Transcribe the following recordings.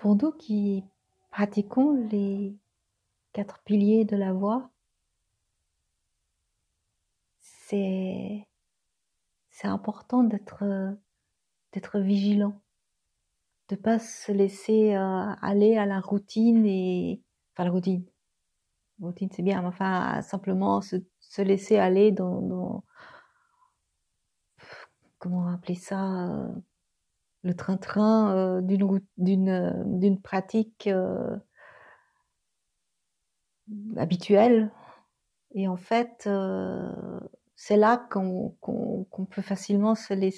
Pour nous qui pratiquons les 4 piliers de la voix, c'est important d'être vigilant, de pas se laisser aller à la routine enfin la routine c'est bien, mais enfin simplement se laisser aller dans comment appeler ça, le train-train d'une pratique habituelle. Et en fait, c'est là qu'on peut facilement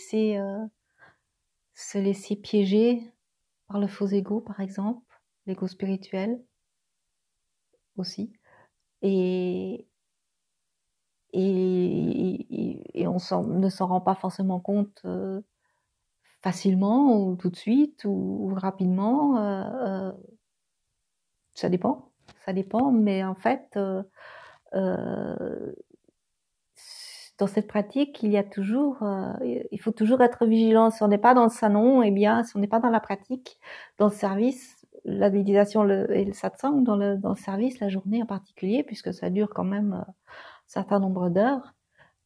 se laisser piéger par le faux ego, par exemple, l'ego spirituel aussi. Et, et on ne s'en rend pas forcément compte facilement ou tout de suite ou rapidement. Ça dépend. Ça dépend, mais en fait, euh, dans cette pratique, il faut toujours être vigilant. Si on n'est pas dans le salon, eh bien, si on n'est pas dans la pratique, dans le service, la méditation et le satsang, dans le service, la journée en particulier, puisque ça dure quand même un certain nombre d'heures,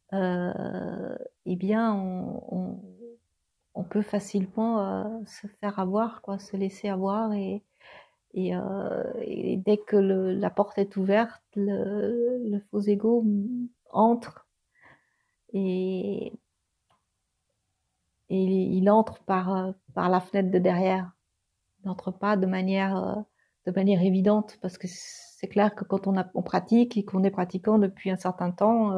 eh bien, on peut facilement se faire avoir, quoi, se laisser avoir et dès que la porte est ouverte, le faux ego entre et, et il entre par la fenêtre de derrière. Il n'entre pas de manière évidente parce que c'est clair que quand on pratique et qu'on est pratiquant depuis un certain temps,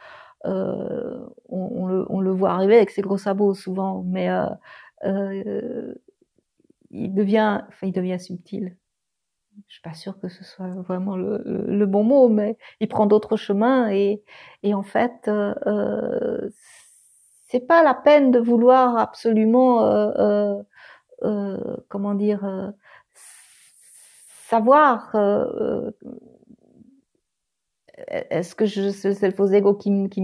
on le voit arriver avec ses gros sabots souvent, mais il devient subtil. Je suis pas sûre que ce soit vraiment le bon mot, mais il prend d'autres chemins et en fait, c'est pas la peine de vouloir absolument, comment dire, savoir. Est-ce que c'est le faux ego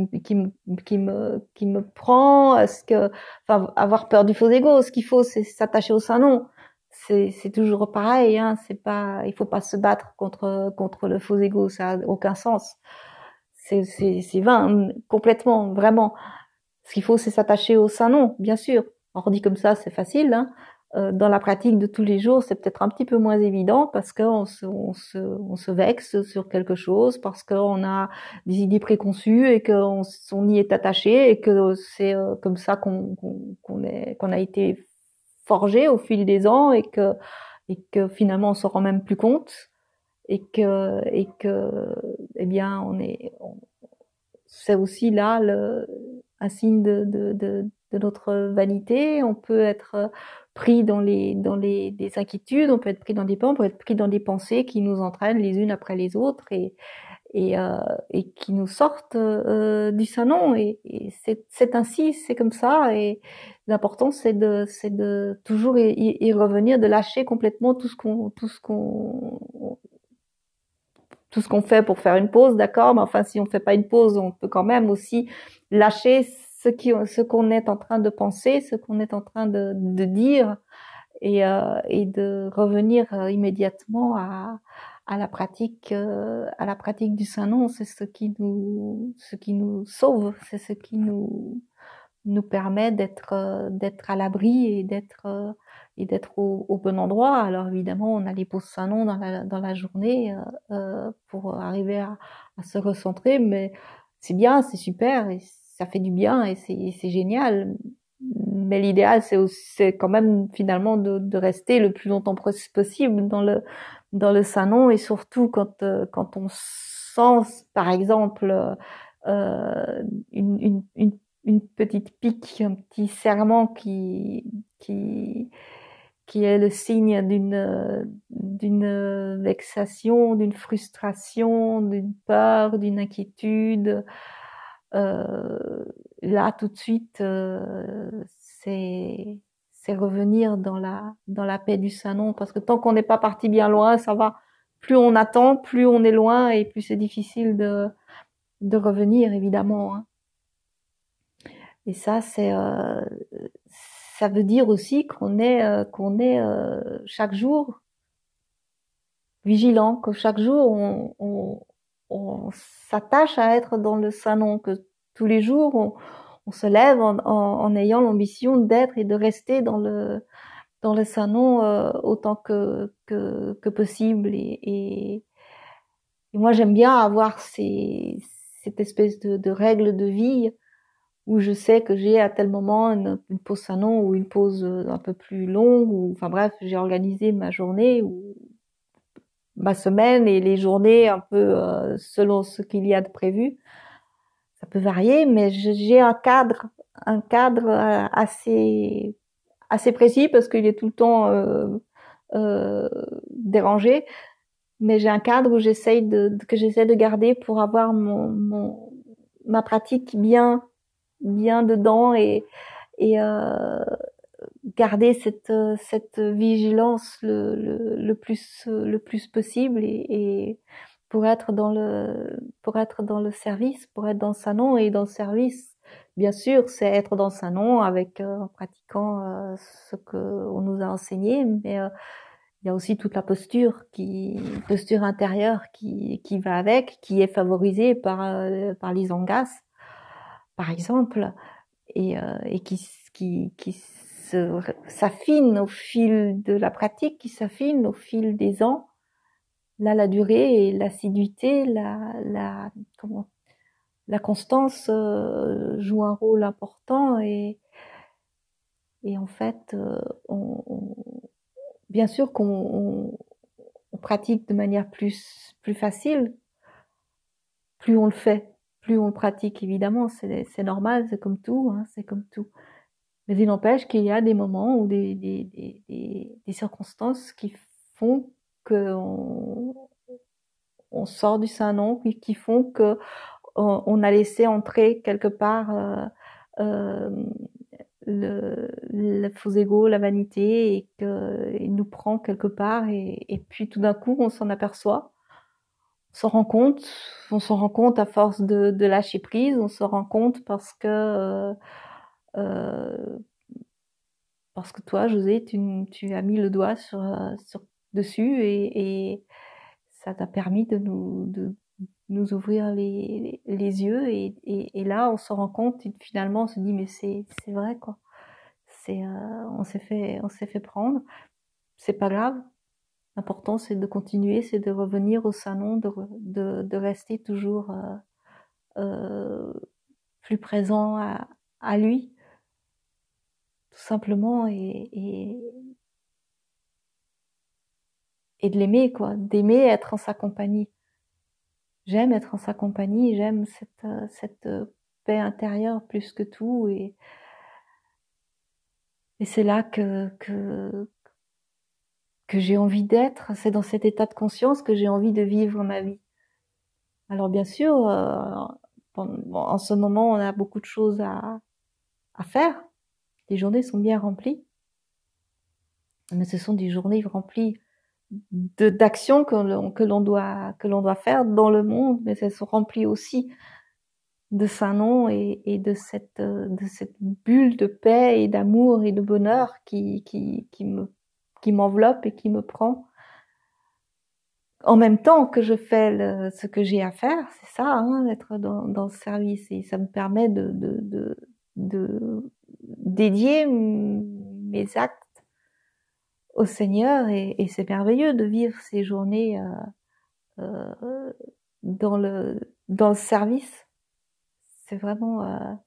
qui me prend? Est-ce que, enfin, avoir peur du faux ego, ce qu'il faut, c'est s'attacher au Saint-Nom. C'est toujours pareil, hein. Il faut pas se battre contre le faux ego. Ça a aucun sens. C'est vain, complètement, vraiment. Ce qu'il faut, c'est s'attacher au Saint-Nom, bien sûr. On dit comme ça, c'est facile, hein. Dans la pratique de tous les jours, c'est peut-être un petit peu moins évident parce qu'on on se vexe sur quelque chose, parce qu'on a des idées préconçues et qu'on y est attaché et que c'est comme ça qu'on a été forgé au fil des ans et que finalement on s'en rend même plus compte et que eh bien c'est aussi là un signe de notre vanité. On peut être pris dans des inquiétudes, on peut être pris dans des peurs, on peut être pris dans des pensées qui nous entraînent les unes après les autres et qui nous sortent du salon. Et c'est ainsi, c'est comme ça. Et l'important, c'est de toujours y revenir, de lâcher complètement tout ce qu'on fait pour faire une pause, d'accord, mais enfin, si on fait pas une pause, on peut quand même aussi lâcher ce qu'on est en train de penser, ce qu'on est en train de dire, et de revenir immédiatement à la pratique du Saint-Nom. C'est ce qui nous sauve, c'est ce qui nous permet d'être à l'abri et d'être au bon endroit. Alors évidemment, on a les pauses Saint-Nom dans la journée pour arriver à se recentrer, mais c'est bien, c'est super, et ça fait du bien et c'est génial. Mais l'idéal, c'est quand même finalement de rester le plus longtemps possible dans le Saint-Nom, et surtout quand on sent, par exemple, une petite pique, un petit serment qui, qui est le signe d'une vexation, d'une frustration, d'une peur, d'une inquiétude. Euh, Là, tout de suite, c'est revenir dans la paix du Saint-Nom, parce que tant qu'on n'est pas parti bien loin, ça va. Plus on attend, plus on est loin et plus c'est difficile de revenir, évidemment, hein. Et ça, ça veut dire aussi qu'on est chaque jour vigilant, que chaque jour on s'attache à être dans le Saint-Nom, que tous les jours on se lève en ayant l'ambition d'être et de rester dans le Saint-Nom autant que possible. Et moi j'aime bien avoir cette espèce de règle de vie où je sais que j'ai à tel moment une pause Saint-Nom ou une pause un peu plus longue, ou enfin bref, j'ai organisé ma journée ou ma semaine et les journées un peu selon ce qu'il y a de prévu. Ça peut varier, mais j'ai un cadre assez précis parce qu'il est tout le temps dérangé. Mais j'ai un cadre où que j'essaie de garder pour avoir ma pratique bien dedans et garder cette vigilance le plus possible et pour être dans le service, pour être dans sa nom. Et dans le service, bien sûr, c'est être dans sa nom avec en pratiquant ce que on nous a enseigné, mais il y a aussi toute la posture intérieure qui va avec, qui est favorisée par les angas, par exemple, et qui s'affine au fil de la pratique, qui s'affine au fil des ans. Là, la durée et l'assiduité, la constance jouent un rôle important et en fait, bien sûr on pratique de manière plus facile, plus on le fait, plus on le pratique, évidemment, c'est normal, c'est comme tout, hein, c'est comme tout. Mais il n'empêche qu'il y a des moments ou des circonstances qui font que on sort du Saint-Nom, qui font que on a laissé entrer quelque part le faux ego, la vanité, et qu'il nous prend quelque part, et puis tout d'un coup on s'en aperçoit, on s'en rend compte à force de lâcher prise, on se rend compte euh, parce que toi, José, tu as mis le doigt sur dessus et ça t'a permis de nous ouvrir les yeux et là, on se rend compte et finalement, on se dit mais c'est vrai quoi. On s'est fait prendre. C'est pas grave. L'important, c'est de continuer, c'est de revenir au Saint-Nom, de rester toujours euh, plus présent à lui, tout simplement, et de l'aimer, quoi, d'aimer être en sa compagnie. J'aime être en sa compagnie, j'aime cette paix intérieure plus que tout, et c'est là que j'ai envie d'être, c'est dans cet état de conscience que j'ai envie de vivre ma vie. Alors bien sûr, en ce moment, on a beaucoup de choses à faire. Les journées sont bien remplies, mais ce sont des journées remplies d'actions que l'on doit faire dans le monde, mais elles sont remplies aussi de Saint-Nom et de cette bulle de paix et d'amour et de bonheur qui m'enveloppe et qui me prend. En même temps que je fais ce que j'ai à faire, c'est ça, hein, d'être dans le service, et ça me permet de dédier mes actes au Seigneur, et c'est merveilleux de vivre ces journées euh, dans le service. C'est vraiment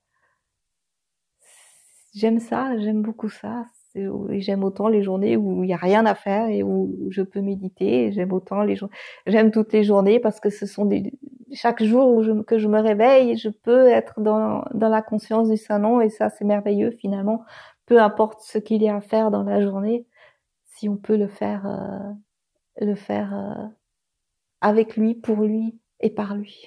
j'aime ça, j'aime beaucoup ça. Et j'aime autant les journées où il y a rien à faire et où je peux méditer. J'aime toutes les journées parce que ce sont chaque jour que je me réveille, je peux être dans la conscience du Saint-Nom, et ça c'est merveilleux finalement. Peu importe ce qu'il y a à faire dans la journée, si on peut le faire avec lui, pour lui et par lui.